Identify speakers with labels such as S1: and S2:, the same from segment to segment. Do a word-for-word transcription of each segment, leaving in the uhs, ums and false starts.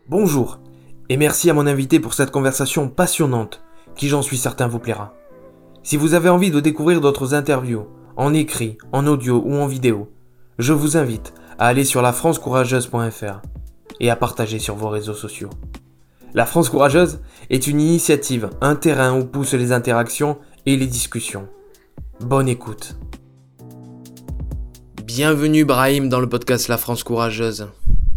S1: Bonjour, et merci à mon invité pour cette conversation passionnante, qui j'en suis certain vous plaira. Si vous avez envie de découvrir d'autres interviews, en écrit, en audio ou en vidéo, je vous invite à aller sur la france courageuse point f r et à partager sur vos réseaux sociaux. La France Courageuse est une initiative, un terrain où poussent les interactions et les discussions. Bonne écoute. Bienvenue Brahim dans le podcast La France Courageuse.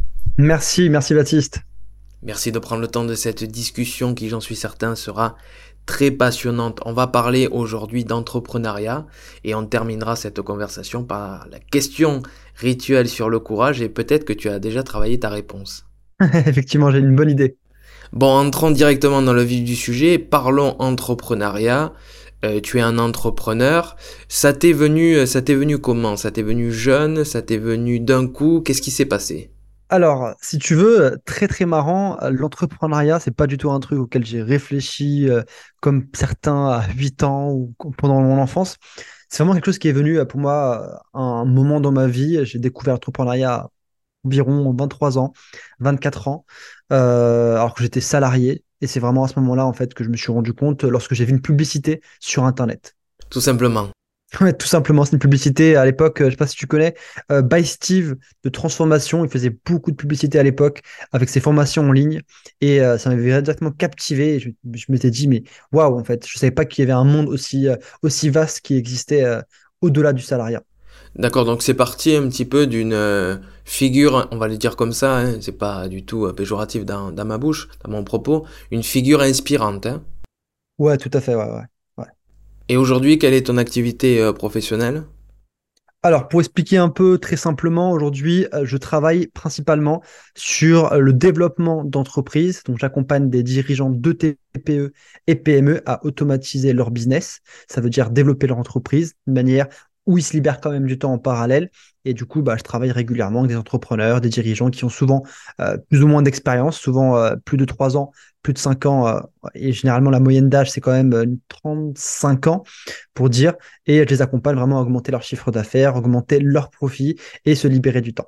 S2: Merci, merci Baptiste.
S1: Merci de prendre le temps de cette discussion qui, j'en suis certain, sera très passionnante. On va parler aujourd'hui d'entrepreneuriat et on terminera cette conversation par la question rituelle sur le courage et peut-être que tu as déjà travaillé ta réponse.
S2: Effectivement, j'ai une bonne idée.
S1: Bon, entrons directement dans le vif du sujet. Parlons entrepreneuriat. Euh, tu es un entrepreneur. Ça t'est venu, ça t'est venu comment? Ça t'est venu jeune? Ça t'est venu d'un coup? Qu'est-ce qui s'est passé?
S2: Alors, si tu veux, très très marrant, euh, l'entrepreneuriat, c'est pas du tout un truc auquel j'ai réfléchi euh, comme certains à huit ans ou co- pendant mon enfance. C'est vraiment quelque chose qui est venu euh, pour moi euh, à un moment dans ma vie. J'ai découvert l'entrepreneuriat à environ vingt-trois ans, vingt-quatre ans, euh, alors que j'étais salarié. Et c'est vraiment à ce moment-là, en fait, que je me suis rendu compte euh, lorsque j'ai vu une publicité sur Internet.
S1: Tout simplement.
S2: Ouais, tout simplement, c'est une publicité à l'époque, euh, je sais pas si tu connais, euh, By Steve de transformation. Il faisait beaucoup de publicité à l'époque avec ses formations en ligne et euh, ça m'avait directement captivé. Et je, je m'étais dit, mais waouh, en fait, je savais pas qu'il y avait un monde aussi, euh, aussi vaste qui existait euh, au-delà du salariat.
S1: D'accord, donc c'est parti un petit peu d'une euh, figure, on va le dire comme ça, hein, c'est pas du tout euh, péjoratif dans, dans ma bouche, dans mon propos, une figure inspirante. Hein.
S2: Ouais, tout à fait, ouais, ouais. Ouais.
S1: Et aujourd'hui, quelle est ton activité euh, professionnelle?
S2: Alors, pour expliquer un peu très simplement, aujourd'hui, euh, je travaille principalement sur euh, le développement d'entreprises. Donc, j'accompagne des dirigeants de T P E et P M E à automatiser leur business. Ça veut dire développer leur entreprise de manière où ils se libèrent quand même du temps en parallèle. Et du coup, bah, je travaille régulièrement avec des entrepreneurs, des dirigeants qui ont souvent euh, plus ou moins d'expérience, souvent euh, plus de trois ans, plus de cinq ans. Euh, et généralement, la moyenne d'âge, c'est quand même euh, trente-cinq ans pour dire et je les accompagne vraiment à augmenter leur chiffre d'affaires, augmenter leurs profits et se libérer du temps.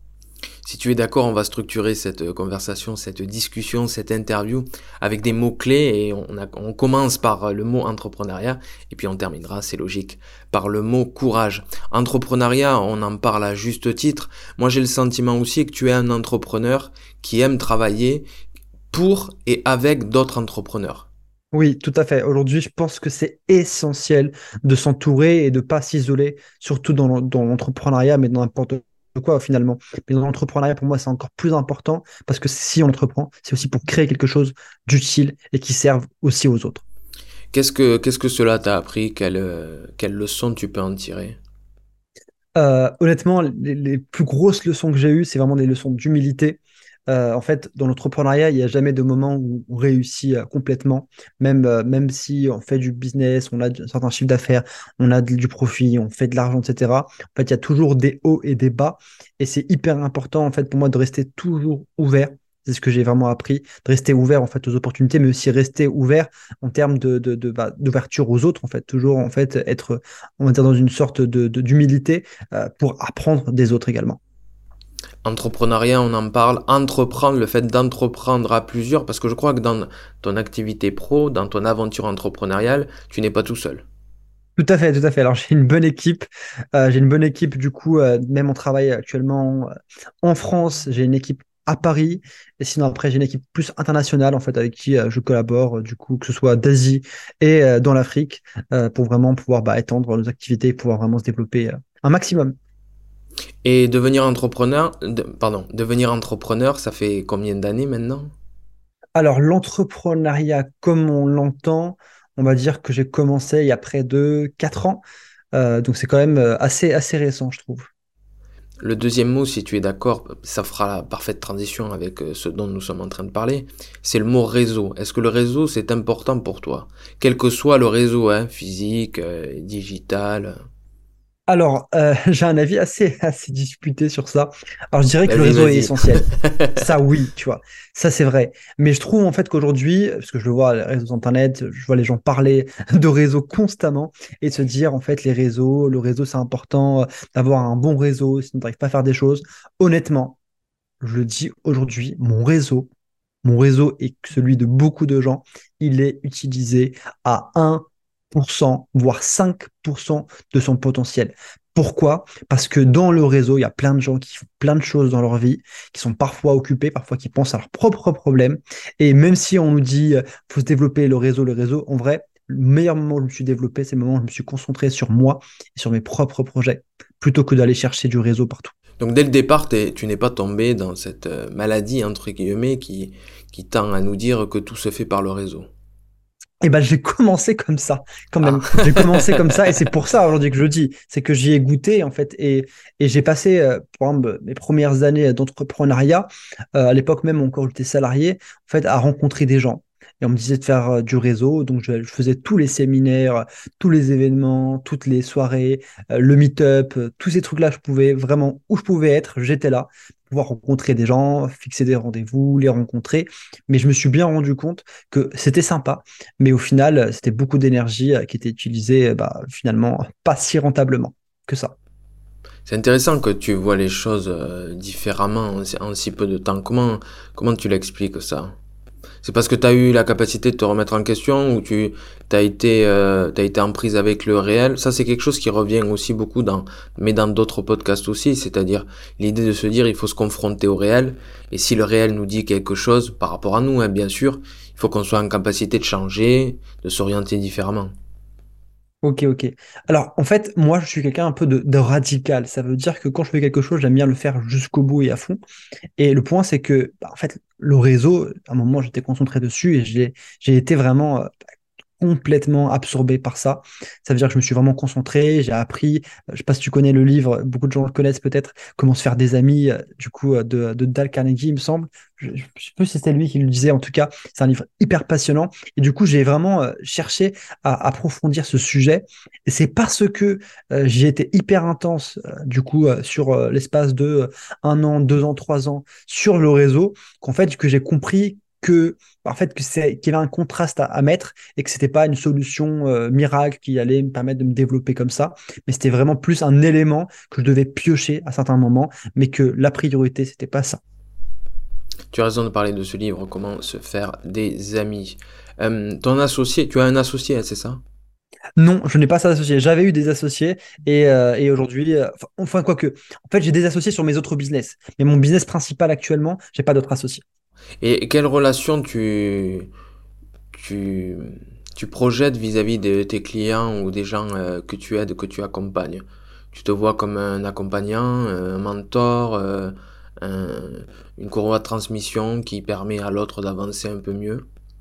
S1: Si tu es d'accord, on va structurer cette euh, conversation, cette discussion, cette interview avec des mots-clés et on, a- on commence par euh, le mot entrepreneuriat et puis on terminera, c'est logique, par le mot courage. Entrepreneuriat, on en parle à juste titre. Moi, j'ai le sentiment aussi que tu es un entrepreneur qui aime travailler pour et avec d'autres entrepreneurs.
S2: Oui, tout à fait. Aujourd'hui, je pense que c'est essentiel de s'entourer et de ne pas s'isoler, surtout dans l'en- dans l'entrepreneuriat, mais dans n'importe quoi finalement. Mais dans l'entrepreneuriat, pour moi, c'est encore plus important parce que si on entreprend, c'est aussi pour créer quelque chose d'utile et qui serve aussi aux autres.
S1: Qu'est-ce que, qu'est-ce que cela t'a appris? Quelle, euh, quelle leçon tu peux en tirer?
S2: Euh, honnêtement, les, les plus grosses leçons que j'ai eues, c'est vraiment des leçons d'humilité. Euh, en fait, dans l'entrepreneuriat, il n'y a jamais de moment où on réussit euh, complètement, même, euh, même si on fait du business, on a un certain chiffre d'affaires, on a de- du profit, on fait de l'argent, et cetera. En fait, il y a toujours des hauts et des bas, et c'est hyper important en fait pour moi de rester toujours ouvert. C'est ce que j'ai vraiment appris, de rester ouvert en fait aux opportunités, mais aussi rester ouvert en termes de, de, de- bah, d'ouverture aux autres en fait, toujours en fait être, on va dire, dans une sorte de, de- d'humilité euh, pour apprendre des autres également.
S1: Entrepreneuriat, on en parle. Entreprendre, le fait d'entreprendre à plusieurs, parce que je crois que dans ton activité pro, dans ton aventure entrepreneuriale, tu n'es pas tout seul.
S2: Tout à fait, tout à fait. Alors j'ai une bonne équipe. Euh, j'ai une bonne équipe du coup, euh, même on travaille actuellement euh, en France, j'ai une équipe à Paris. Et sinon après j'ai une équipe plus internationale en fait avec qui euh, je collabore euh, du coup que ce soit d'Asie et euh, dans l'Afrique euh, pour vraiment pouvoir bah, étendre nos activités et pouvoir vraiment se développer euh, un maximum.
S1: Et devenir entrepreneur, de- pardon, devenir entrepreneur, ça fait combien d'années maintenant?
S2: Alors, l'entrepreneuriat, comme on l'entend, on va dire que j'ai commencé il y a près de quatre ans. Euh, donc, c'est quand même euh, assez, assez récent, je trouve.
S1: Le deuxième mot, si tu es d'accord, ça fera la parfaite transition avec euh, ce dont nous sommes en train de parler, c'est le mot réseau. Est-ce que le réseau, c'est important pour toi? Quel que soit le réseau, hein, physique, euh, digital.
S2: Alors, euh, j'ai un avis assez, assez disputé sur ça. Alors, je dirais que le
S1: Vas-y,
S2: réseau est
S1: vas-y.
S2: essentiel. Ça, oui, tu vois. Ça, c'est vrai. Mais je trouve en fait qu'aujourd'hui, parce que je le vois, les réseaux Internet, je vois les gens parler de réseau constamment et se dire, en fait, les réseaux, le réseau, c'est important euh, d'avoir un bon réseau, sinon tu n'arrives pas à faire des choses. Honnêtement, je le dis aujourd'hui, mon réseau. mon réseau et celui de beaucoup de gens, il est utilisé à un pour cent, voire cinq pour cent de son potentiel. Pourquoi? Parce que dans le réseau, il y a plein de gens qui font plein de choses dans leur vie, qui sont parfois occupés, parfois qui pensent à leurs propres problèmes. Et même si on nous dit, euh, faut se développer le réseau, le réseau, en vrai, le meilleur moment où je me suis développé, c'est le moment où je me suis concentré sur moi et sur mes propres projets, plutôt que d'aller chercher du réseau partout.
S1: Donc dès le départ, t'es- tu n'es pas tombé dans cette euh, maladie, entre guillemets, qui, qui tend à nous dire que tout se fait par le réseau.
S2: Et ben, j'ai commencé comme ça, quand
S1: Ah,
S2: même. J'ai commencé comme ça, et c'est pour ça aujourd'hui que je le dis, c'est que j'y ai goûté, en fait, et, et j'ai passé, euh, par exemple, mes premières années d'entrepreneuriat, euh, à l'époque même encore où j'étais salarié, en fait, à rencontrer des gens. Et on me disait de faire euh, du réseau, donc je, je faisais tous les séminaires, tous les événements, toutes les soirées, euh, le meet-up, euh, tous ces trucs-là, je pouvais vraiment, où je pouvais être, j'étais là, pouvoir rencontrer des gens, fixer des rendez-vous, les rencontrer. Mais je me suis bien rendu compte que c'était sympa, mais au final, euh, c'était beaucoup d'énergie euh, qui était utilisée, euh, bah, finalement, pas si rentablement que ça.
S1: c'est intéressant que tu vois les choses euh, différemment en, si en si peu de temps. Comment, comment tu l'expliques ça? C'est parce que tu as eu la capacité de te remettre en question ou tu as été, euh, t'as été en prise avec le réel. Ça, c'est quelque chose qui revient aussi beaucoup dans, mais dans d'autres podcasts aussi. C'est-à-dire l'idée de se dire il faut se confronter au réel. Et si le réel nous dit quelque chose par rapport à nous, hein, bien sûr, il faut qu'on soit en capacité de changer, de s'orienter différemment.
S2: Ok, ok. Alors, en fait, moi, je suis quelqu'un un peu de, de radical. Ça veut dire que quand je fais quelque chose, j'aime bien le faire jusqu'au bout et à fond. Et le point, c'est que, bah, en fait, le réseau, à un moment, j'étais concentré dessus et j'ai, j'ai été vraiment euh, complètement absorbé par ça. Ça veut dire que je me suis vraiment concentré, j'ai appris, euh, je sais pas si tu connais le livre, beaucoup de gens le connaissent peut-être, Comment se faire des amis, euh, du coup, euh, de, de Dale Carnegie, il me semble. Je, je sais pas si c'était lui qui le disait, en tout cas, c'est un livre hyper passionnant. Et du coup, j'ai vraiment euh, cherché à approfondir ce sujet. Et c'est parce que euh, j'y étais hyper intense, euh, du coup, euh, sur euh, l'espace de euh, un an, deux ans, trois ans, sur le réseau, qu'en fait, que j'ai compris que, en fait, que c'est, qu'il y avait un contraste à, à mettre et que c'était pas une solution euh, miracle qui allait me permettre de me développer comme ça, mais c'était vraiment plus un élément que je devais piocher à certains moments, mais que la priorité, c'était pas ça.
S1: Tu as raison de parler de ce livre, comment se faire des amis. Euh, ton associé, tu as un associé, hein, c'est ça?
S2: Non, je n'ai pas ça associé. J'avais eu des associés et, euh, et aujourd'hui, euh, enfin, enfin, quoique, en fait, j'ai des associés sur mes autres business, mais mon business principal actuellement, j'ai pas d'autres associés.
S1: Et quelle relation tu, tu, tu projettes vis-à-vis de tes clients ou des gens euh, que tu aides, que tu accompagnes? Tu te vois comme un accompagnant, un mentor, euh, un- une courroie de transmission qui permet à l'autre d'avancer un peu mieux.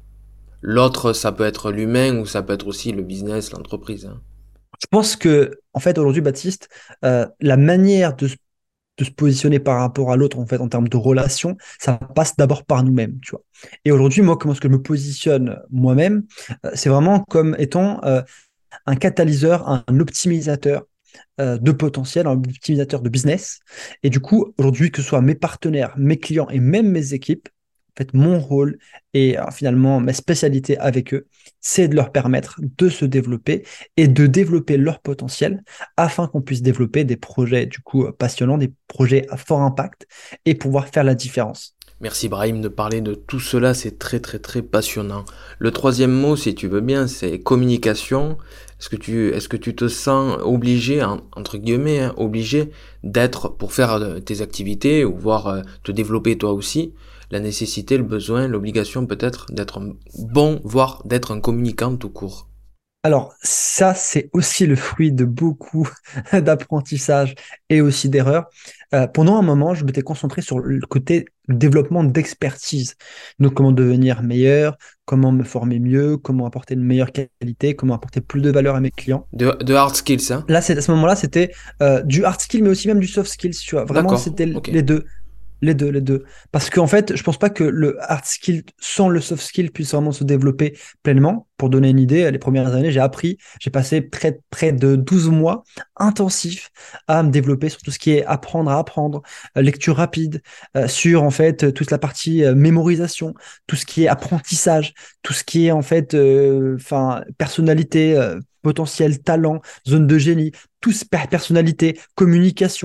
S1: L'autre, ça peut être l'humain ou ça peut être aussi le business, l'entreprise, hein.
S2: Je pense que, en fait, aujourd'hui, Baptiste, euh, la manière de se de se positionner par rapport à l'autre, en fait, en termes de relation, ça passe d'abord par nous-mêmes, tu vois. Et aujourd'hui, moi, comment est-ce que je me positionne moi-même? Euh, c'est vraiment comme étant euh, un catalyseur, un optimisateur euh, de potentiel, un optimisateur de business. Et du coup, aujourd'hui, que ce soit mes partenaires, mes clients et même mes équipes, en fait, mon rôle et euh, finalement ma spécialité avec eux, c'est de leur permettre de se développer et de développer leur potentiel afin qu'on puisse développer des projets du coup euh, passionnants, des projets à fort impact et pouvoir faire la différence.
S1: Merci Brahim de parler de tout cela, c'est très très très passionnant. Le troisième mot, si tu veux bien, c'est communication. Est-ce que tu, est-ce que tu te sens obligé, en- entre guillemets, hein, obligé d'être, pour faire euh, tes activités ou voir euh, te développer toi aussi, la nécessité, le besoin, l'obligation peut-être d'être un bon, voire d'être un communicant tout court.
S2: Alors, ça, c'est aussi le fruit de beaucoup d'apprentissage et aussi d'erreurs. Euh, pendant un moment, je m'étais concentré sur le côté développement d'expertise. Donc, comment devenir meilleur, comment me former mieux, comment apporter une meilleure qualité, comment apporter plus de valeur à mes clients.
S1: De, de hard skills, hein?
S2: Là, c'est, à ce moment-là, c'était euh, du hard skill, mais aussi même du soft skills, tu vois. Vraiment,
S1: D'accord,
S2: c'était
S1: ok.
S2: les deux. Les deux, les deux. Parce qu'en fait, je pense pas que le hard skill sans le soft skill puisse vraiment se développer pleinement. Pour donner une idée, les premières années, j'ai appris, j'ai passé près, près de douze mois intensifs à me développer sur tout ce qui est apprendre à apprendre, euh, lecture rapide, euh, sur en fait toute la partie euh, mémorisation, tout ce qui est apprentissage, tout ce qui est en fait euh, enfin personnalité, euh, potentiel, talent, zone de génie, tout ce- personnalité, communication.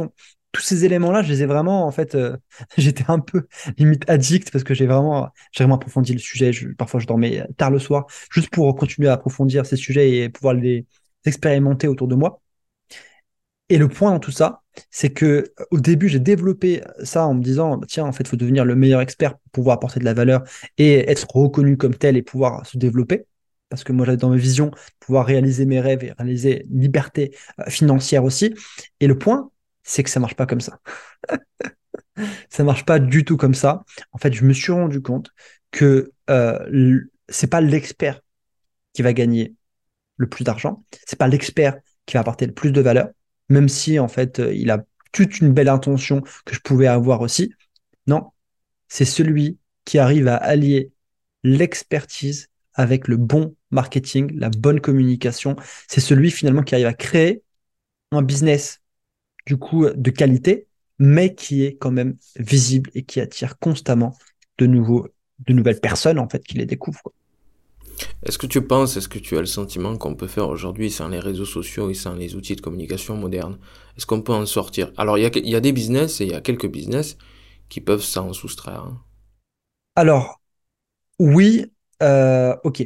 S2: tous ces éléments-là, je les ai vraiment, en fait, euh, j'étais un peu limite addict parce que j'ai vraiment, j'ai vraiment approfondi le sujet. Je- parfois, je dormais tard le soir juste pour continuer à approfondir ces sujets et pouvoir les expérimenter autour de moi. Et le point dans tout ça, c'est que euh, au début, j'ai développé ça en me disant, bah, tiens, en fait, il faut devenir le meilleur expert pour pouvoir apporter de la valeur et être reconnu comme tel et pouvoir se développer. Parce que moi, j'avais dans ma vision pouvoir réaliser mes rêves et réaliser une liberté euh, financière aussi. Et le point, c'est que ça marche pas comme ça. Ça marche pas du tout comme ça. En fait, je me suis rendu compte que euh, l- c'est pas l'expert qui va gagner le plus d'argent. C'est pas l'expert qui va apporter le plus de valeur, même si en fait euh, il a toute une belle intention que je pouvais avoir aussi. Non, c'est celui qui arrive à allier l'expertise avec le bon marketing, la bonne communication. C'est celui finalement qui arrive à créer un business du coup de qualité, mais qui est quand même visible et qui attire constamment de nouveaux, de nouvelles personnes en fait qui les découvrent, quoi.
S1: Est-ce que tu penses, est-ce que tu as le sentiment qu'on peut faire aujourd'hui sans les réseaux sociaux et sans les outils de communication modernes? Est-ce qu'on peut en sortir? Alors, il y a, il y a des business et il y a quelques business qui peuvent s'en soustraire, hein.
S2: Alors, oui, euh, ok.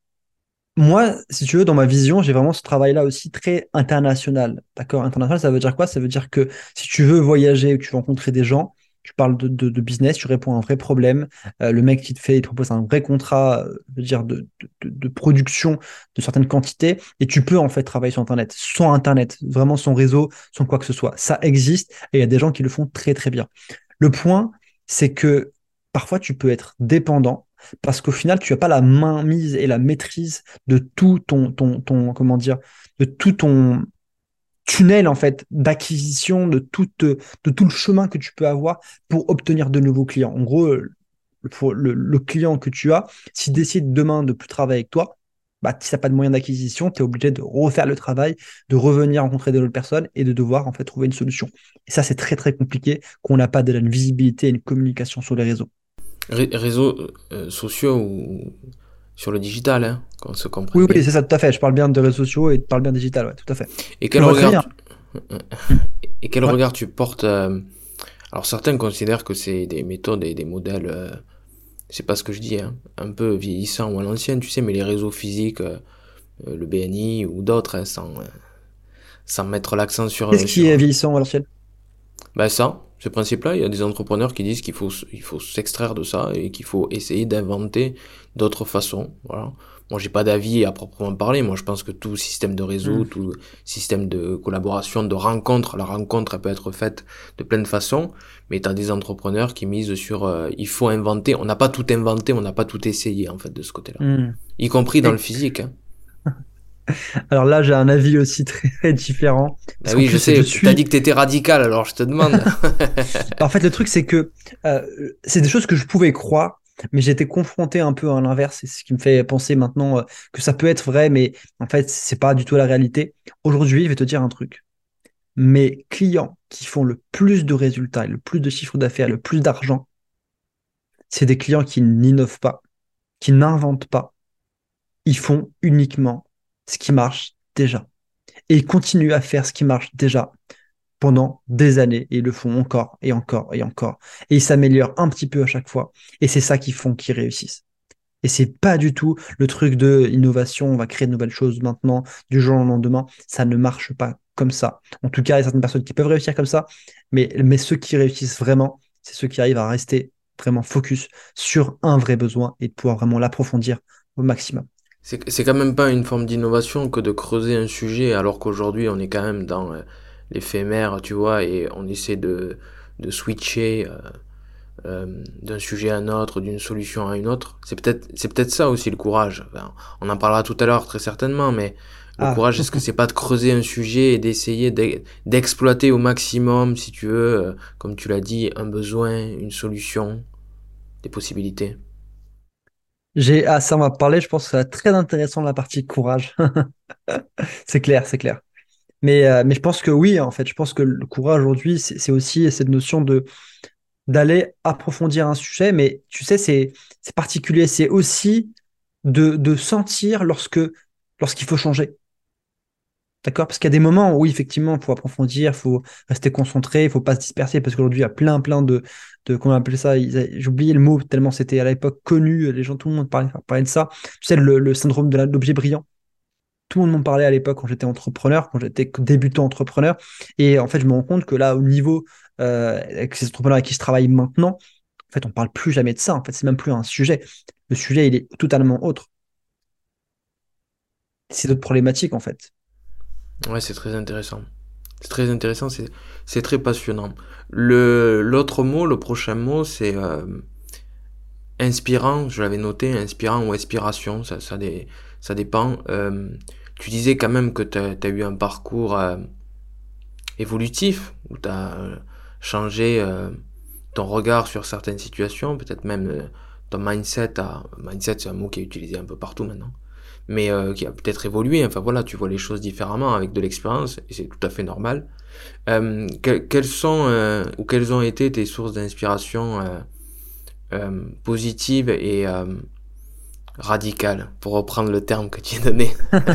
S2: Moi, si tu veux, dans ma vision, j'ai vraiment ce travail-là aussi très international. D'accord? International, ça veut dire quoi? Ça veut dire que si tu veux voyager ou tu veux rencontrer des gens, tu parles de, de- de business, tu réponds à un vrai problème. Euh, le mec qui te fait, il te propose un vrai contrat, euh, je veux dire, de, de, de- de production de certaines quantités, et tu peux en fait travailler sur Internet, sans Internet, vraiment sans réseau, sans quoi que ce soit. Ça existe et il y a des gens qui le font très très bien. Le point, c'est que parfois tu peux être dépendant parce qu'au final, tu n'as pas la mainmise et la maîtrise de tout ton, ton, ton, comment dire, de tout ton tunnel en fait d'acquisition, de tout, euh, de tout le chemin que tu peux avoir pour obtenir de nouveaux clients. En gros, euh, pour le, le client que tu as, s'il décide demain de plus travailler avec toi, bah, si tu n'as pas de moyen d'acquisition, tu es obligé de refaire le travail, de revenir rencontrer d'autres personnes et de devoir en fait trouver une solution. Et ça, c'est très très compliqué qu'on n'a pas de la visibilité et une communication sur les réseaux.
S1: Ré- réseaux euh, sociaux ou sur le digital, hein, qu'on se
S2: Oui,
S1: comprenne
S2: oui,
S1: bien.
S2: c'est ça, tout à fait. Je parle bien de réseaux sociaux et je parle bien digital, ouais, tout à fait.
S1: Et
S2: Je
S1: quel
S2: vois très
S1: regard
S2: bien.
S1: tu,
S2: Mm.
S1: et quel
S2: Ouais.
S1: regard tu portes euh, alors certains considèrent que c'est des méthodes et des modèles, euh, c'est pas ce que je dis, hein, un peu vieillissants ou à l'ancienne, tu sais, mais les réseaux physiques, euh, euh, le B N I ou d'autres, hein, sans, euh, sans mettre l'accent sur,
S2: Qu'est-ce
S1: euh,
S2: qui
S1: sur,
S2: est vieillissant à l'ancienne?
S1: ben ça, ce principe-là, il y a des entrepreneurs qui disent qu'il faut, il faut s'extraire de ça et qu'il faut essayer d'inventer d'autres façons. Voilà. Moi, j'ai pas d'avis à proprement parler. Moi, je pense que tout système de réseau,
S2: Mm.
S1: tout système de collaboration, de rencontre, la rencontre, elle peut être faite de plein de façons. Mais t'as des entrepreneurs qui misent sur, euh, il faut inventer. On n'a pas tout inventé, on n'a pas tout essayé en fait de ce côté-là,
S2: Mm.
S1: y compris dans le
S2: Et
S1: physique, hein.
S2: alors là, j'ai un avis aussi très différent parce
S1: Ben
S2: qu'en
S1: oui, je
S2: plus, je
S1: sais. T'as
S2: suis.
S1: dit que t'étais radical, alors je te demande.
S2: En fait, le truc, c'est que euh, c'est des choses que je pouvais croire, mais j'ai été confronté un peu à l'inverse. C'est ce qui me fait penser maintenant euh, que ça peut être vrai, mais en fait, c'est pas du tout la réalité. Aujourd'hui, je vais te dire un truc. Mes clients qui font le plus de résultats, le plus de chiffre d'affaires, le plus d'argent, c'est des clients qui n'innovent pas, qui n'inventent pas. Ils font uniquement ce qui marche déjà. Et ils continuent à faire ce qui marche déjà pendant des années et ils le font encore et encore et encore. Et ils s'améliorent un petit peu à chaque fois. Et c'est ça qui font qu'ils réussissent. Et c'est pas du tout le truc de innovation, on va créer de nouvelles choses maintenant, du jour au lendemain. Ça ne marche pas comme ça. En tout cas, il y a certaines personnes qui peuvent réussir comme ça, mais, mais ceux qui réussissent vraiment, c'est ceux qui arrivent à rester vraiment focus sur un vrai besoin et de pouvoir vraiment l'approfondir au maximum.
S1: C'est c'est quand même pas une forme d'innovation que de creuser un sujet alors qu'aujourd'hui on est quand même dans euh, l'éphémère, tu vois, et on essaie de, de switcher euh, euh, d'un sujet à un autre, d'une solution à une autre. C'est peut-être c'est peut-être ça aussi le courage. Enfin, on en parlera tout à l'heure très certainement, mais le
S2: Ah,
S1: courage, est-ce que c'est pas de creuser un sujet et d'essayer d'e- d'exploiter au maximum, si tu veux, euh, comme tu l'as dit, un besoin, une solution, des possibilités.
S2: j'ai, ah, ça, on va parler, je pense que ça va être très intéressant la partie courage. C'est clair, c'est clair. Mais, euh, mais je pense que oui, en fait, je pense que le courage aujourd'hui, c'est c'est aussi cette notion de d'aller approfondir un sujet, mais tu sais, c'est c'est particulier. C'est aussi de, de sentir lorsque lorsqu'il faut changer. D'accord? Parce qu'il y a des moments où, effectivement, il faut approfondir, il faut rester concentré, il ne faut pas se disperser, parce qu'aujourd'hui, il y a plein, plein de, de comment on appelait ça, ils a- j'ai oublié le mot, tellement c'était à l'époque connu, les gens, tout le monde parlait, parlait de ça. Tu sais, le, le syndrome de la- l'objet brillant. Tout le monde m'en parlait à l'époque quand j'étais entrepreneur, quand j'étais débutant entrepreneur. Et en fait, je me rends compte que là, au niveau, euh, avec ces entrepreneurs avec qui je travaille maintenant, en fait, on parle plus jamais de ça. En fait, c'est même plus un sujet. Le sujet, il est totalement autre. C'est d'autres problématiques, en fait.
S1: Ouais, c'est très intéressant. C'est très intéressant, c'est, c'est très passionnant. Le, l'autre mot, le prochain mot, c'est euh, inspirant, je l'avais noté, inspirant ou inspiration, ça, ça, dé- ça dépend. Euh, tu disais quand même que tu as eu un parcours euh, évolutif, où tu as changé euh, ton regard sur certaines situations, peut-être même euh, ton mindset. A, mindset, c'est un mot qui est utilisé un peu partout maintenant, mais euh, qui a peut-être évolué. Enfin voilà, tu vois les choses différemment avec de l'expérience, et c'est tout à fait normal. Euh, que- quelles sont euh, ou quelles ont été tes sources d'inspiration euh, euh, positives et euh, radicales, pour reprendre le terme que tu as donné?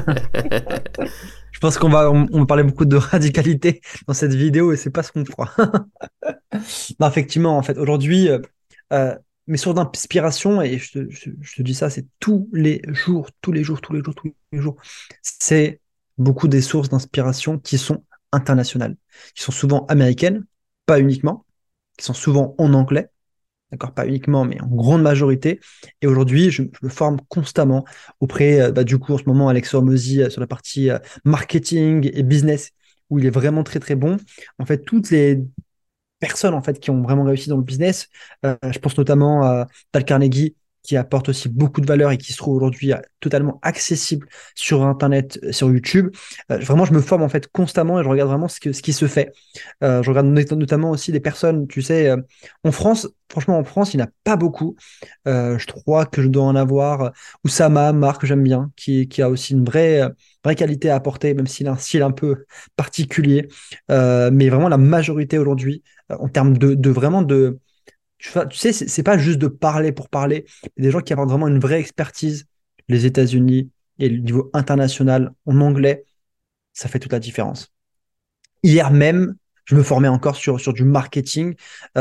S2: Je pense qu'on va, on, on va parler beaucoup de radicalité dans cette vidéo et c'est pas ce qu'on fera. Non, effectivement, en fait, aujourd'hui, euh, euh, mes sources d'inspiration, et je te, je- je te dis ça, c'est tous les jours, tous les jours, tous les jours, tous les jours. C'est beaucoup des sources d'inspiration qui sont internationales, qui sont souvent américaines, pas uniquement, qui sont souvent en anglais. D'accord, pas uniquement, mais en grande majorité. Et aujourd'hui, je, je me forme constamment auprès, euh, bah, du coup, en ce moment, Alex Hormozy euh, sur la partie euh, marketing et business, où il est vraiment très, très bon. En fait, toutes les personnes en fait qui ont vraiment réussi dans le business. Euh, je pense notamment à Tal Carnegie qui apporte aussi beaucoup de valeur et qui se trouve aujourd'hui euh, totalement accessible sur Internet, euh, sur YouTube. Euh, vraiment, je me forme en fait constamment et je regarde vraiment ce, que, ce qui se fait. Euh, je regarde not- notamment aussi des personnes, tu sais, euh, en France, franchement, en France, il n'y en a pas beaucoup. Euh, je crois que je dois en avoir. euh, Oussama, Marc, j'aime bien, qui, qui a aussi une vraie, euh, vraie qualité à apporter, même s'il a un style un peu particulier. Euh, mais vraiment, la majorité aujourd'hui, euh, en termes de, de vraiment de. Tu, fa- tu sais, c'est c'est pas juste de parler pour parler, mais des gens qui apportent vraiment une vraie expertise. Les États-Unis et le niveau international en anglais, ça fait toute la différence. Hier même, je me formais encore sur, sur du marketing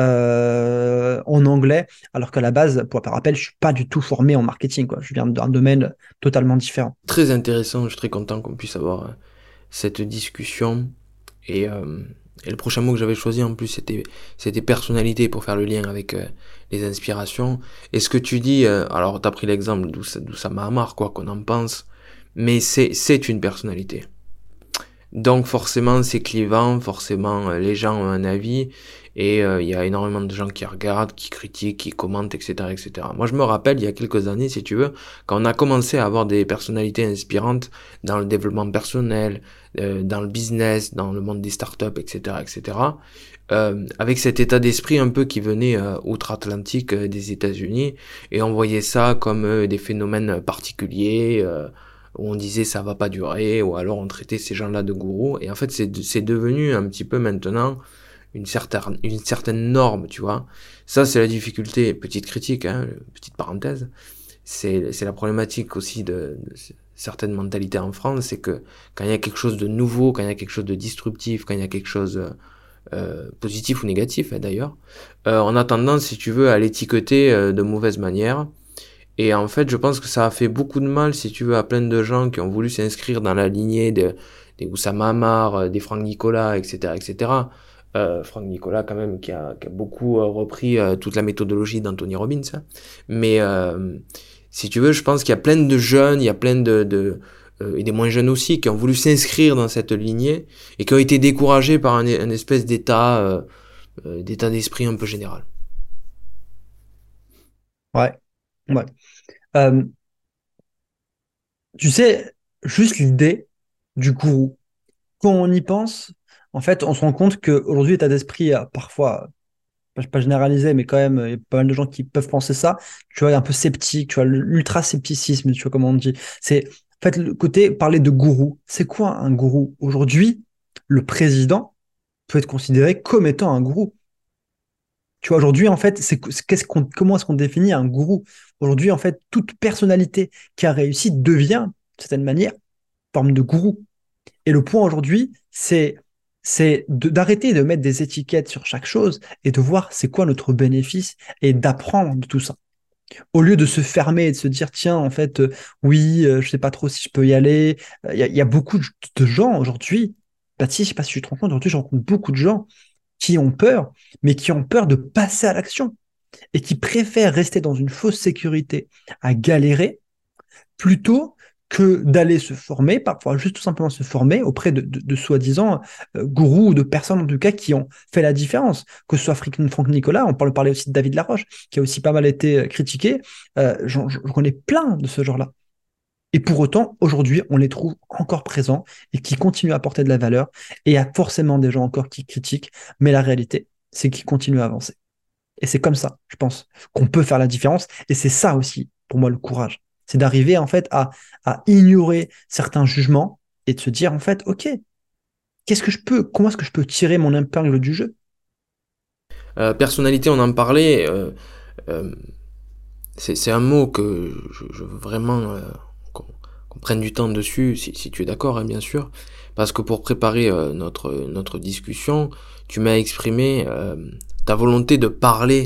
S2: euh, en anglais, alors qu'à la base, pour par rappel, je suis pas du tout formé en marketing, quoi. Je viens d'un domaine totalement différent.
S1: Très intéressant, je suis très content qu'on puisse avoir euh, cette discussion. Et, euh, et le prochain mot que j'avais choisi en plus, c'était, c'était personnalité, pour faire le lien avec euh, les inspirations. Et ce que tu dis, euh, alors t'as pris l'exemple d'où ça, d'où ça Mahamar, quoi qu'on en pense, mais c'est, c'est une personnalité. Donc forcément c'est clivant, forcément euh, les gens ont un avis, et il euh, y a énormément de gens qui regardent, qui critiquent, qui commentent, et cetera, et cetera. Moi je me rappelle il y a quelques années, si tu veux, quand on a commencé à avoir des personnalités inspirantes dans le développement personnel, euh, dans le business, dans le monde des startups, et cetera, et cetera. Euh, avec cet état d'esprit un peu qui venait euh, outre-Atlantique euh, des États-Unis, et on voyait ça comme euh, des phénomènes particuliers. Euh, où on disait ça va pas durer, ou alors on traitait ces gens-là de gourous, et en fait c'est, c'est devenu un petit peu maintenant une certaine, une certaine norme, tu vois. Ça c'est la difficulté, petite critique, hein, petite parenthèse, c'est, c'est la problématique aussi de, de certaines mentalités en France, c'est que quand il y a quelque chose de nouveau, quand il y a quelque chose de disruptif, quand il y a quelque chose euh, positif ou négatif hein, d'ailleurs, euh, on a tendance, si tu veux, à l'étiqueter euh, de mauvaise manière. Et en fait, je pense que ça a fait beaucoup de mal, si tu veux, à plein de gens qui ont voulu s'inscrire dans la lignée de, des Oussama Ammar, euh, des Franck Nicolas, et cetera, et cetera. Euh, Franck Nicolas, quand même, qui a, qui a beaucoup euh, repris euh, toute la méthodologie d'Anthony Robbins. Hein. Mais euh, si tu veux, je pense qu'il y a plein de jeunes, il y a plein de, de euh, et des moins jeunes aussi, qui ont voulu s'inscrire dans cette lignée et qui ont été découragés par un, un espèce d'état, euh, euh, d'état d'esprit un peu général.
S2: Ouais, ouais. Euh, Tu sais, juste l'idée du gourou. Quand on y pense, en fait, on se rend compte qu'aujourd'hui, l'état d'esprit, a parfois, pas, pas généralisé, mais quand même, il y a pas mal de gens qui peuvent penser ça. Tu vois, un peu sceptique, tu vois, l'ultra-scepticisme, tu vois, comment on dit. C'est, en fait, le côté, parler de gourou. C'est quoi un gourou? Aujourd'hui, le président peut être considéré comme étant un gourou. Tu vois, aujourd'hui, en fait, c'est qu'est-ce qu'on, comment est-ce qu'on définit un gourou? Aujourd'hui, en fait, toute personnalité qui a réussi devient, d'une certaine manière, forme de gourou. Et le point aujourd'hui, c'est c'est de- d'arrêter de mettre des étiquettes sur chaque chose et de voir c'est quoi notre bénéfice et d'apprendre de tout ça. Au lieu de se fermer et de se dire, tiens, en fait, euh, oui, euh, je sais pas trop si je peux y aller. Il y, a il y a beaucoup de, de gens aujourd'hui, Baptiste, je sais pas si tu te rends compte, aujourd'hui, je rencontre beaucoup de gens qui ont peur, mais qui ont peur de passer à l'action et qui préfèrent rester dans une fausse sécurité à galérer plutôt que d'aller se former, parfois juste tout simplement se former auprès de, de, de soi-disant euh, gourous ou de personnes en tout cas qui ont fait la différence, que ce soit Franck Franck Nicolas, on parle parler aussi de David Laroche, qui a aussi pas mal été euh, critiqué, euh, j'en j'en connais plein de ce genre-là. Et pour autant, aujourd'hui, on les trouve encore présents et qui continuent à apporter de la valeur. Et il y a forcément des gens encore qui critiquent, mais la réalité, c'est qu'ils continuent à avancer. Et c'est comme ça, je pense, qu'on peut faire la différence. Et c'est ça aussi, pour moi, le courage. C'est d'arriver, en fait, à, à ignorer certains jugements et de se dire, en fait, OK, qu'est-ce que je peux, comment est-ce que je peux tirer mon épingle du jeu?
S1: Euh, personnalité, on en parlait. Euh, euh, c'est, c'est un mot que je, je veux vraiment euh, qu'on, qu'on prenne du temps dessus, si, si tu es d'accord, hein, bien sûr. Parce que pour préparer euh, notre, notre discussion, tu m'as exprimé euh, ta volonté de parler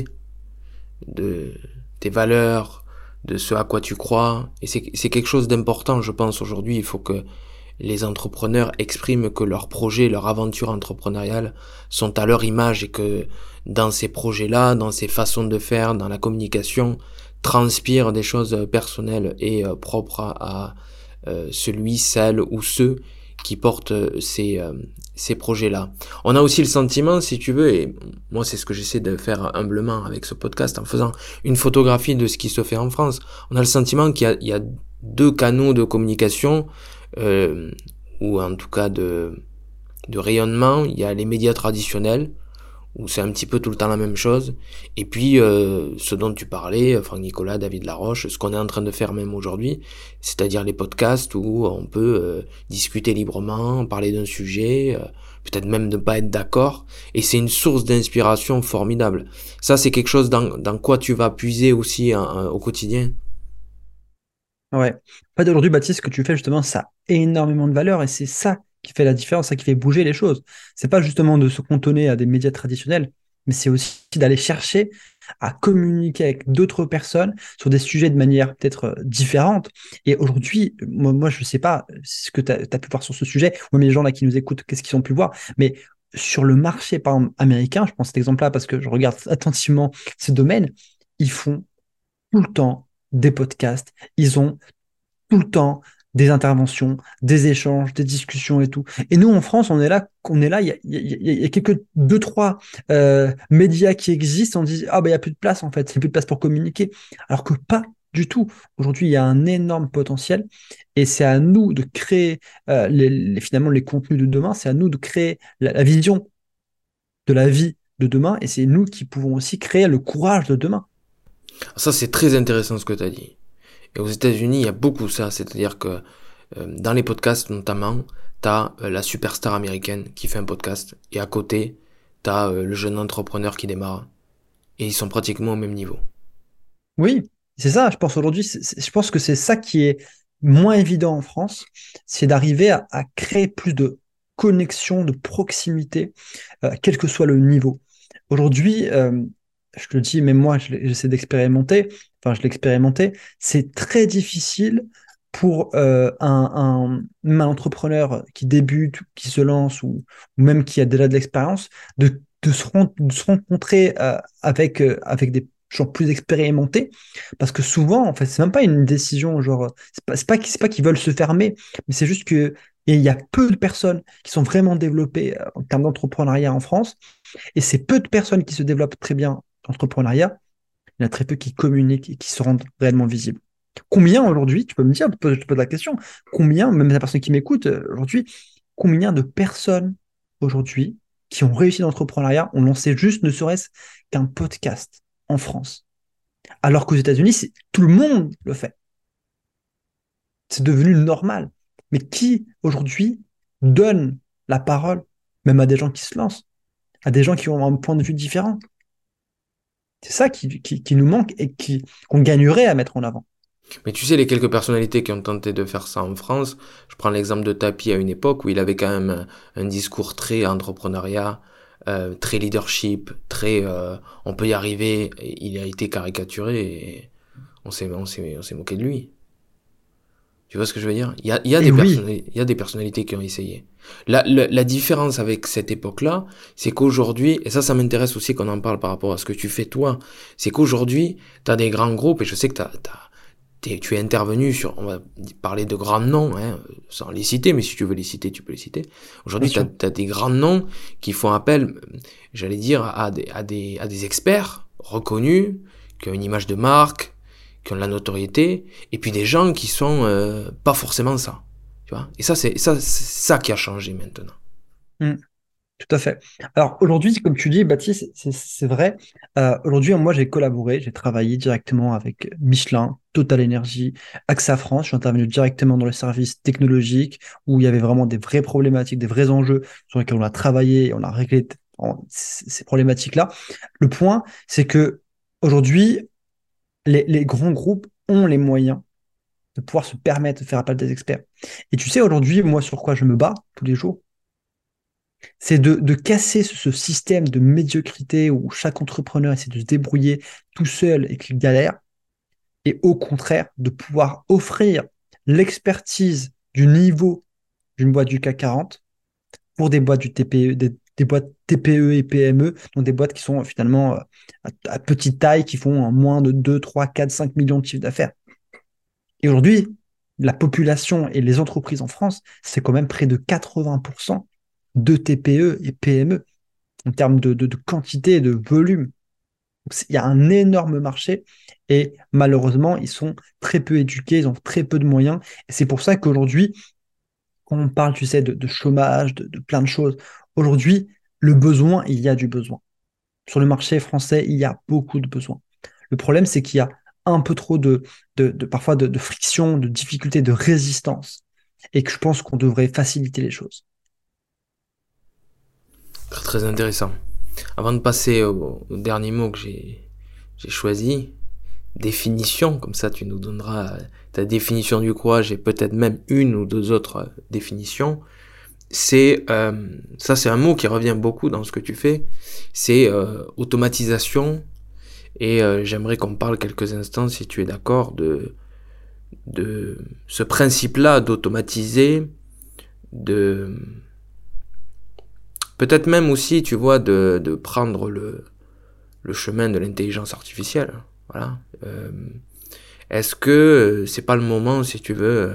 S1: de tes valeurs, de ce à quoi tu crois. Et c'est, c'est quelque chose d'important, je pense, aujourd'hui. Il faut que les entrepreneurs expriment que leurs projets, leur aventure entrepreneuriale sont à leur image et que dans ces projets-là, dans ces façons de faire, dans la communication, transpirent des choses personnelles et euh, propres à, à euh, celui, celle ou ceux qui portent euh, ces, euh, ces projets-là. On a aussi le sentiment, si tu veux, et moi c'est ce que j'essaie de faire humblement avec ce podcast, en faisant une photographie de ce qui se fait en France, on a le sentiment qu'il y a, il y a deux canaux de communication, euh, ou en tout cas de, de rayonnement. Il y a les médias traditionnels, où c'est un petit peu tout le temps la même chose, et puis euh, ce dont tu parlais, Franck Nicolas, David Laroche, ce qu'on est en train de faire même aujourd'hui, c'est-à-dire les podcasts où on peut euh, discuter librement, parler d'un sujet, euh, peut-être même ne pas être d'accord, et c'est une source d'inspiration formidable. Ça, c'est quelque chose dans, dans quoi tu vas puiser aussi hein, hein, au quotidien.
S2: Ouais. En fait, aujourd'hui, Baptiste, ce que tu fais, justement, ça a énormément de valeur et c'est ça qui fait la différence, ça qui fait bouger les choses. C'est pas justement de se cantonner à des médias traditionnels, mais c'est aussi d'aller chercher à communiquer avec d'autres personnes sur des sujets de manière peut-être euh, différente. Et aujourd'hui, moi, moi, je sais pas ce que tu as, pu voir sur ce sujet, ou même les gens là qui nous écoutent, qu'est-ce qu'ils ont pu voir, mais sur le marché, par exemple, américain, je prends cet exemple-là parce que je regarde attentivement ces domaines, ils font tout le temps des podcasts, ils ont tout le temps des interventions, des échanges, des discussions et tout. Et nous, en France, on est là, on est là, il y a, il y a- il y a quelques deux, trois euh, médias qui existent, on dit, ah ben il n'y a plus de place en fait, il n'y a plus de place pour communiquer. Alors que pas du tout. Aujourd'hui, il y a un énorme potentiel et c'est à nous de créer euh, les, les- finalement les contenus de demain, c'est à nous de créer la, la vision de la vie de demain et c'est nous qui pouvons aussi créer le courage de demain.
S1: Ça, c'est très intéressant ce que tu as dit. Et aux États-Unis, il y a beaucoup ça, c'est-à-dire que euh, dans les podcasts notamment, t'as euh, la superstar américaine qui fait un podcast, et à côté, t'as euh, le jeune entrepreneur qui démarre, et ils sont pratiquement au même niveau.
S2: Oui, c'est ça, je pense aujourd'hui, c'est- c'est- je pense que c'est ça qui est moins évident en France, c'est d'arriver à, à créer plus de connexion, de proximité, euh, quel que soit le niveau. Aujourd'hui, euh, je te le dis, mais moi, je l'ai- j'essaie d'expérimenter, enfin, je l'ai expérimenté, c'est très difficile pour euh, un, un, même un entrepreneur qui débute, qui se lance ou, ou même qui a déjà de l'expérience, de, de se, ren- de se rencontrer euh, avec, euh, avec des gens plus expérimentés, parce que souvent, en fait, c'est même pas une décision, genre, c'est pas, c'est pas, qu'ils- c'est pas qu'ils veulent se fermer, mais c'est juste que il y a peu de personnes qui sont vraiment développées euh, en termes d'entrepreneuriat en France, et c'est peu de personnes qui se développent très bien en entrepreneuriat, il y en a très peu qui communiquent et qui se rendent réellement visibles. Combien aujourd'hui, tu peux me dire, je te pose, je te pose la question, combien, même la personne qui m'écoute euh, aujourd'hui, combien de personnes aujourd'hui qui ont réussi dans l'entrepreneuriat ont lancé juste ne serait-ce qu'un podcast en France? Alors qu'aux États-Unis, c'est, tout le monde le fait. C'est devenu normal. Mais qui aujourd'hui donne la parole, même à des gens qui se lancent, à des gens qui ont un point de vue différent? C'est ça qui, qui, qui nous manque et qui, qu'on gagnerait à mettre en avant.
S1: Mais tu sais, les quelques personnalités qui ont tenté de faire ça en France, je prends l'exemple de Tapi à une époque où il avait quand même un, un discours très entrepreneuriat, euh, très leadership, très euh, on peut y arriver. Et il a été caricaturé et on s'est, on s'est, on s'est moqué de lui. Tu vois ce que je veux dire? Il y a, il y a
S2: Et
S1: des
S2: oui,
S1: personnalités, il y a des personnalités qui ont essayé. La, la, la différence avec cette époque-là, c'est qu'aujourd'hui, et ça, ça m'intéresse aussi qu'on en parle par rapport à ce que tu fais toi, c'est qu'aujourd'hui, t'as des grands groupes, et je sais que t'as, t'as, t'es- tu es intervenu sur, on va parler de grands noms, hein, sans les citer, mais si tu veux les citer, tu peux les citer.
S2: bien
S1: Aujourd'hui, t'as,
S2: sûr.
S1: t'as des grands noms qui font appel, j'allais dire, à des, à des, à des experts reconnus, qui ont une image de marque, qui ont de la notoriété, et puis des gens qui sont euh, pas forcément ça. Tu vois. Et ça, c'est ça, c'est ça qui a changé maintenant.
S2: Mm, tout à fait. Alors aujourd'hui, comme tu dis, Baptiste, c'est c'est vrai. Euh, aujourd'hui, moi, j'ai collaboré, j'ai travaillé directement avec Michelin, Total Energy, AXA France. Je suis intervenu directement dans le service technologique où il y avait vraiment des vraies problématiques, des vrais enjeux sur lesquels on a travaillé et on a réglé en- c- ces problématiques-là. Le point, c'est que aujourd'hui, les, les grands groupes ont les moyens de pouvoir se permettre de faire appel à des experts. Et tu sais, aujourd'hui, moi, sur quoi je me bats tous les jours, c'est de, de casser ce, ce système de médiocrité où chaque entrepreneur essaie de se débrouiller tout seul et qu'il galère, et au contraire, de pouvoir offrir l'expertise du niveau d'une boîte du CAC quarante pour des boîtes du T P E, des, des boîtes T P E et P M E, donc des boîtes qui sont finalement euh, à, à petite taille, qui font en moins de deux, trois, quatre, cinq millions de chiffres d'affaires. Et aujourd'hui, la population et les entreprises en France, c'est quand même près de quatre-vingts pour cent de T P E et P M E en termes de, de, de quantité et de volume. Donc, il y a un énorme marché et malheureusement, ils sont très peu éduqués, ils ont très peu de moyens. Et c'est pour ça qu'aujourd'hui, quand on parle, tu sais, de, de chômage, de, de plein de choses, aujourd'hui, le besoin, il y a du besoin. Sur le marché français, il y a beaucoup de besoins. Le problème, c'est qu'il y a un peu trop de, de, de parfois de, de friction, de difficultés, de résistance. Et que je pense qu'on devrait faciliter les choses.
S1: Très, très intéressant. Avant de passer au, au dernier mot que j'ai, j'ai choisi, définition, comme ça tu nous donneras ta définition du courage et peut-être même une ou deux autres définitions. C'est euh, ça, c'est un mot qui revient beaucoup dans ce que tu fais. C'est euh, automatisation. Et euh, j'aimerais qu'on parle quelques instants, si tu es d'accord, de de ce principe-là d'automatiser, de peut-être même aussi, tu vois, de, de prendre le, le chemin de l'intelligence artificielle. Voilà. Euh, est-ce que c'est pas le moment, si tu veux,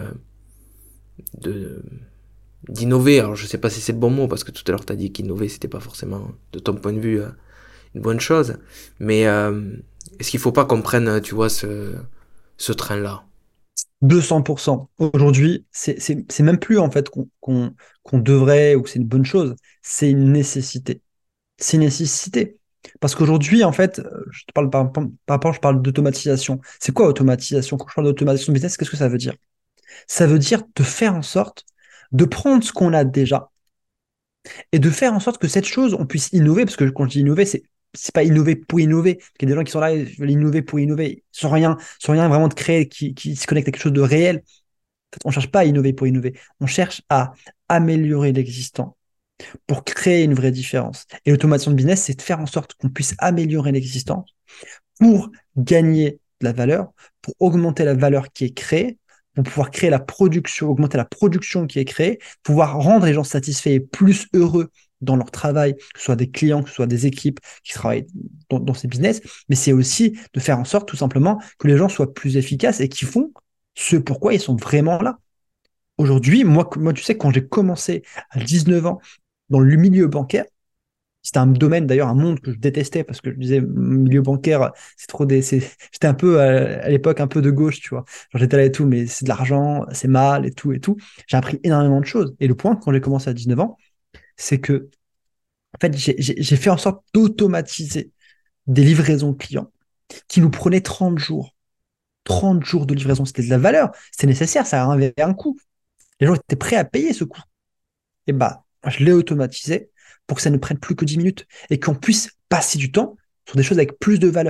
S1: de d'innover? Alors je sais pas si c'est le bon mot parce que tout à l'heure tu as dit qu'innover c'était pas forcément de ton point de vue une bonne chose, mais euh, est-ce qu'il faut pas qu'on prenne, tu vois, ce ce train-là?
S2: deux cents pour cent. Aujourd'hui, c'est c'est- c'est même plus en fait qu'on qu'on qu'on devrait ou que c'est une bonne chose, c'est une nécessité. C'est une nécessité. Parce qu'aujourd'hui, en fait, euh, je te parle par, par par rapport, je parle d'automatisation. C'est quoi automatisation? Quand je parle d'automatisation de business, qu'est-ce que ça veut dire? Ça veut dire de faire en sorte de prendre ce qu'on a déjà et de faire en sorte que cette chose, on puisse innover, parce que quand je dis innover, c'est c'est pas innover pour innover. Il y a des gens qui sont là, ils veulent innover pour innover, sans rien, sans rien vraiment de créer, qui, qui se connectent à quelque chose de réel. En fait, on cherche pas à innover pour innover. On cherche à améliorer l'existant pour créer une vraie différence. Et l'automation de business, c'est de faire en sorte qu'on puisse améliorer l'existant pour gagner de la valeur, pour augmenter la valeur qui est créée, pour pouvoir créer la production, augmenter la production qui est créée, pouvoir rendre les gens satisfaits et plus heureux dans leur travail, que ce soit des clients, que ce soit des équipes qui travaillent dans, dans ces business, mais c'est aussi de faire en sorte tout simplement que les gens soient plus efficaces et qui font ce pourquoi ils sont vraiment là. Aujourd'hui, moi, moi, tu sais, quand j'ai commencé à dix-neuf ans dans le milieu bancaire, c'était un domaine d'ailleurs, un monde que je détestais parce que je disais, milieu bancaire, c'est trop des. c'est- J'étais un peu à, à l'époque un peu de gauche, tu vois. Genre, j'étais là et tout, mais c'est de l'argent, c'est mal et tout et tout. J'ai appris énormément de choses. Et le point, quand j'ai commencé à dix-neuf ans, c'est que, en fait, j'ai j'ai- j'ai fait en sorte d'automatiser des livraisons clients qui nous prenaient trente jours. Trente jours de livraison, c'était de la valeur, c'était nécessaire, ça avait un coût. Les gens étaient prêts à payer ce coût. Et bah, je l'ai automatisé pour que ça ne prenne plus que dix minutes et qu'on puisse passer du temps sur des choses avec plus de valeur.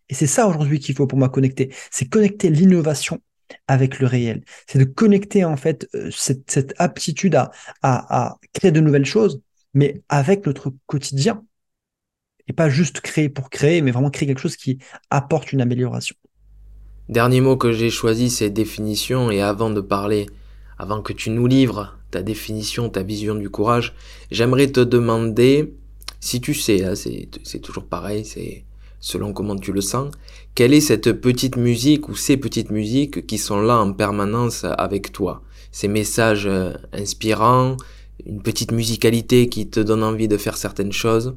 S2: Et c'est ça aujourd'hui qu'il faut pour moi connecter. C'est connecter l'innovation avec le réel. C'est de connecter en fait euh, cette, cette aptitude à, à, à créer de nouvelles choses, mais avec notre quotidien. Et pas juste créer pour créer, mais vraiment créer quelque chose qui apporte une amélioration.
S1: Dernier mot que j'ai choisi, c'est définition. Et avant de parler, avant que tu nous livres ta définition, ta vision du courage, j'aimerais te demander, si tu sais, hein, c'est, c'est toujours pareil, c'est selon comment tu le sens, quelle est cette petite musique ou ces petites musiques qui sont là en permanence avec toi? Ces messages euh, inspirants, une petite musicalité qui te donne envie de faire certaines choses.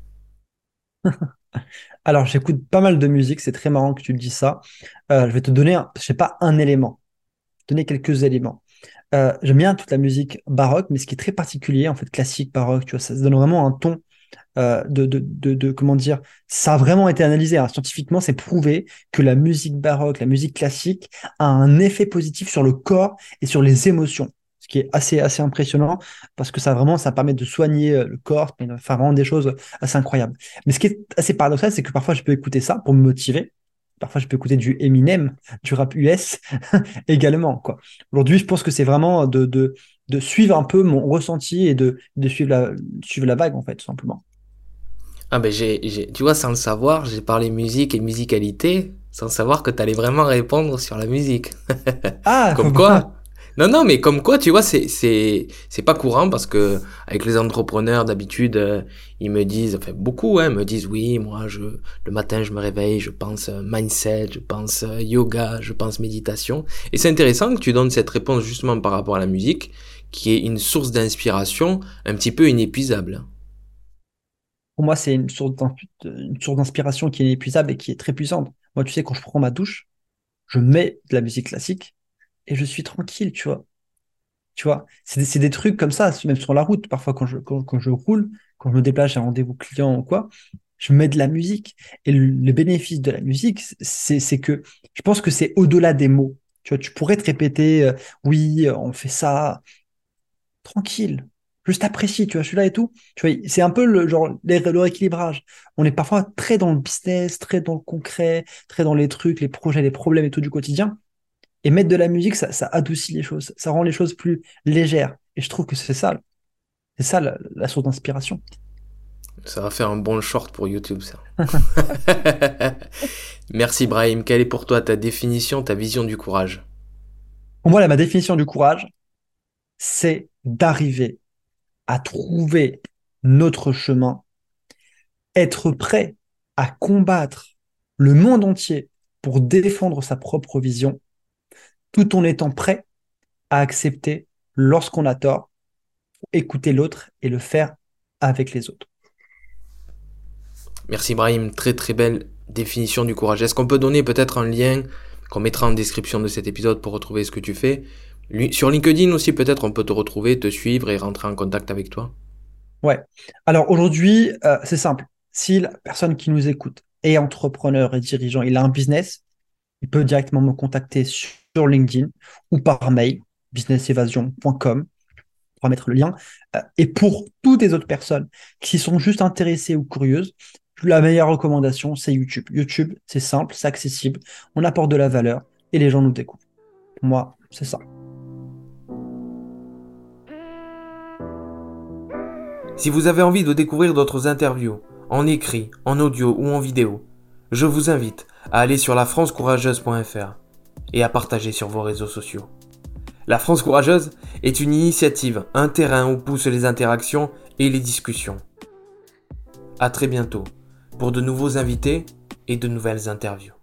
S2: Alors, j'écoute pas mal de musique, c'est très marrant que tu le dis ça. Euh, je vais te donner, un- je sais pas, un élément, donner quelques éléments. Euh, j'aime bien toute la musique baroque, mais ce qui est très particulier, en fait, classique, baroque, tu vois, ça se donne vraiment un ton euh, de, de, de, de- comment dire, ça a vraiment été analysé, hein. Scientifiquement, c'est prouvé que la musique baroque, la musique classique a un effet positif sur le corps et sur les émotions. Ce qui est assez, assez impressionnant parce que ça vraiment, ça permet de soigner euh, le corps, et de faire vraiment des choses assez incroyables. Mais ce qui est assez paradoxal, c'est que parfois je peux écouter ça pour me motiver. Parfois, je peux écouter du Eminem, du rap U S également, quoi. Aujourd'hui, je pense que c'est vraiment de, de, de suivre un peu mon ressenti et de, de suivre la, suivre la vague, en fait, tout simplement.
S1: Ah ben j'ai, j'ai, tu vois, sans le savoir, j'ai parlé musique et musicalité, sans savoir que t'allais vraiment répondre sur la musique.
S2: Ah,
S1: Comme quoi? Non, non, mais comme quoi, tu vois, c'est, c'est, c'est pas courant parce que avec les entrepreneurs d'habitude, euh, ils me disent, enfin beaucoup, hein, me disent oui, moi, je, le matin, je me réveille, je pense euh, mindset, je pense euh, yoga, je pense méditation. Et c'est intéressant que tu donnes cette réponse justement par rapport à la musique, qui est une source d'inspiration un petit peu inépuisable.
S2: pour moi, c'est une source d'in- une source d'inspiration qui est inépuisable et qui est très puissante. Moi, tu sais, quand je prends ma douche, je mets de la musique classique et je suis tranquille, tu vois. Tu vois, c'est des, c'est des trucs comme ça, même sur la route. Parfois, quand je, quand, quand je roule, quand je me déplace, j'ai un rendez-vous client ou quoi, je mets de la musique. Et le, le bénéfice de la musique, c'est, c'est que je pense que c'est au-delà des mots. Tu vois, tu pourrais te répéter, euh, oui, euh, on fait ça, tranquille. Juste apprécie, tu vois, je suis là et tout. Tu vois, c'est un peu le genre les- le rééquilibrage. On est parfois très dans le business, très dans le concret, très dans les trucs, les projets, les problèmes et tout du quotidien. Et mettre de la musique, ça, ça adoucit les choses, ça rend les choses plus légères. Et je trouve que c'est ça, c'est ça la, la source d'inspiration.
S1: Ça va faire un bon short pour YouTube, ça. Merci Brahim. Quelle est pour toi ta définition, ta vision du courage?
S2: Pour moi, là, ma définition du courage, c'est d'arriver à trouver notre chemin, être prêt à combattre le monde entier pour défendre sa propre vision, tout en étant prêt à accepter lorsqu'on a tort, écouter l'autre et le faire avec les autres.
S1: Merci Brahim. Très très belle définition du courage. Est-ce qu'on peut donner peut-être un lien qu'on mettra en description de cet épisode pour retrouver ce que tu fais? Sur LinkedIn aussi, peut-être on peut te retrouver, te suivre et rentrer en contact avec toi.
S2: Ouais. Alors aujourd'hui, euh, c'est simple. Si la personne qui nous écoute est entrepreneur et dirigeant, il a un business, il peut directement me contacter sur LinkedIn ou par mail, business evasion point com. On va mettre le lien. Euh, Et pour toutes les autres personnes qui sont juste intéressées ou curieuses, la meilleure recommandation, c'est YouTube. YouTube, c'est simple, c'est accessible, on apporte de la valeur et les gens nous découvrent. Pour moi, c'est ça.
S1: Si vous avez envie de découvrir d'autres interviews, en écrit, en audio ou en vidéo, je vous invite à aller sur la france courageuse point f r et à partager sur vos réseaux sociaux. La France Courageuse est une initiative, un terrain où poussent les interactions et les discussions. À très bientôt pour de nouveaux invités et de nouvelles interviews.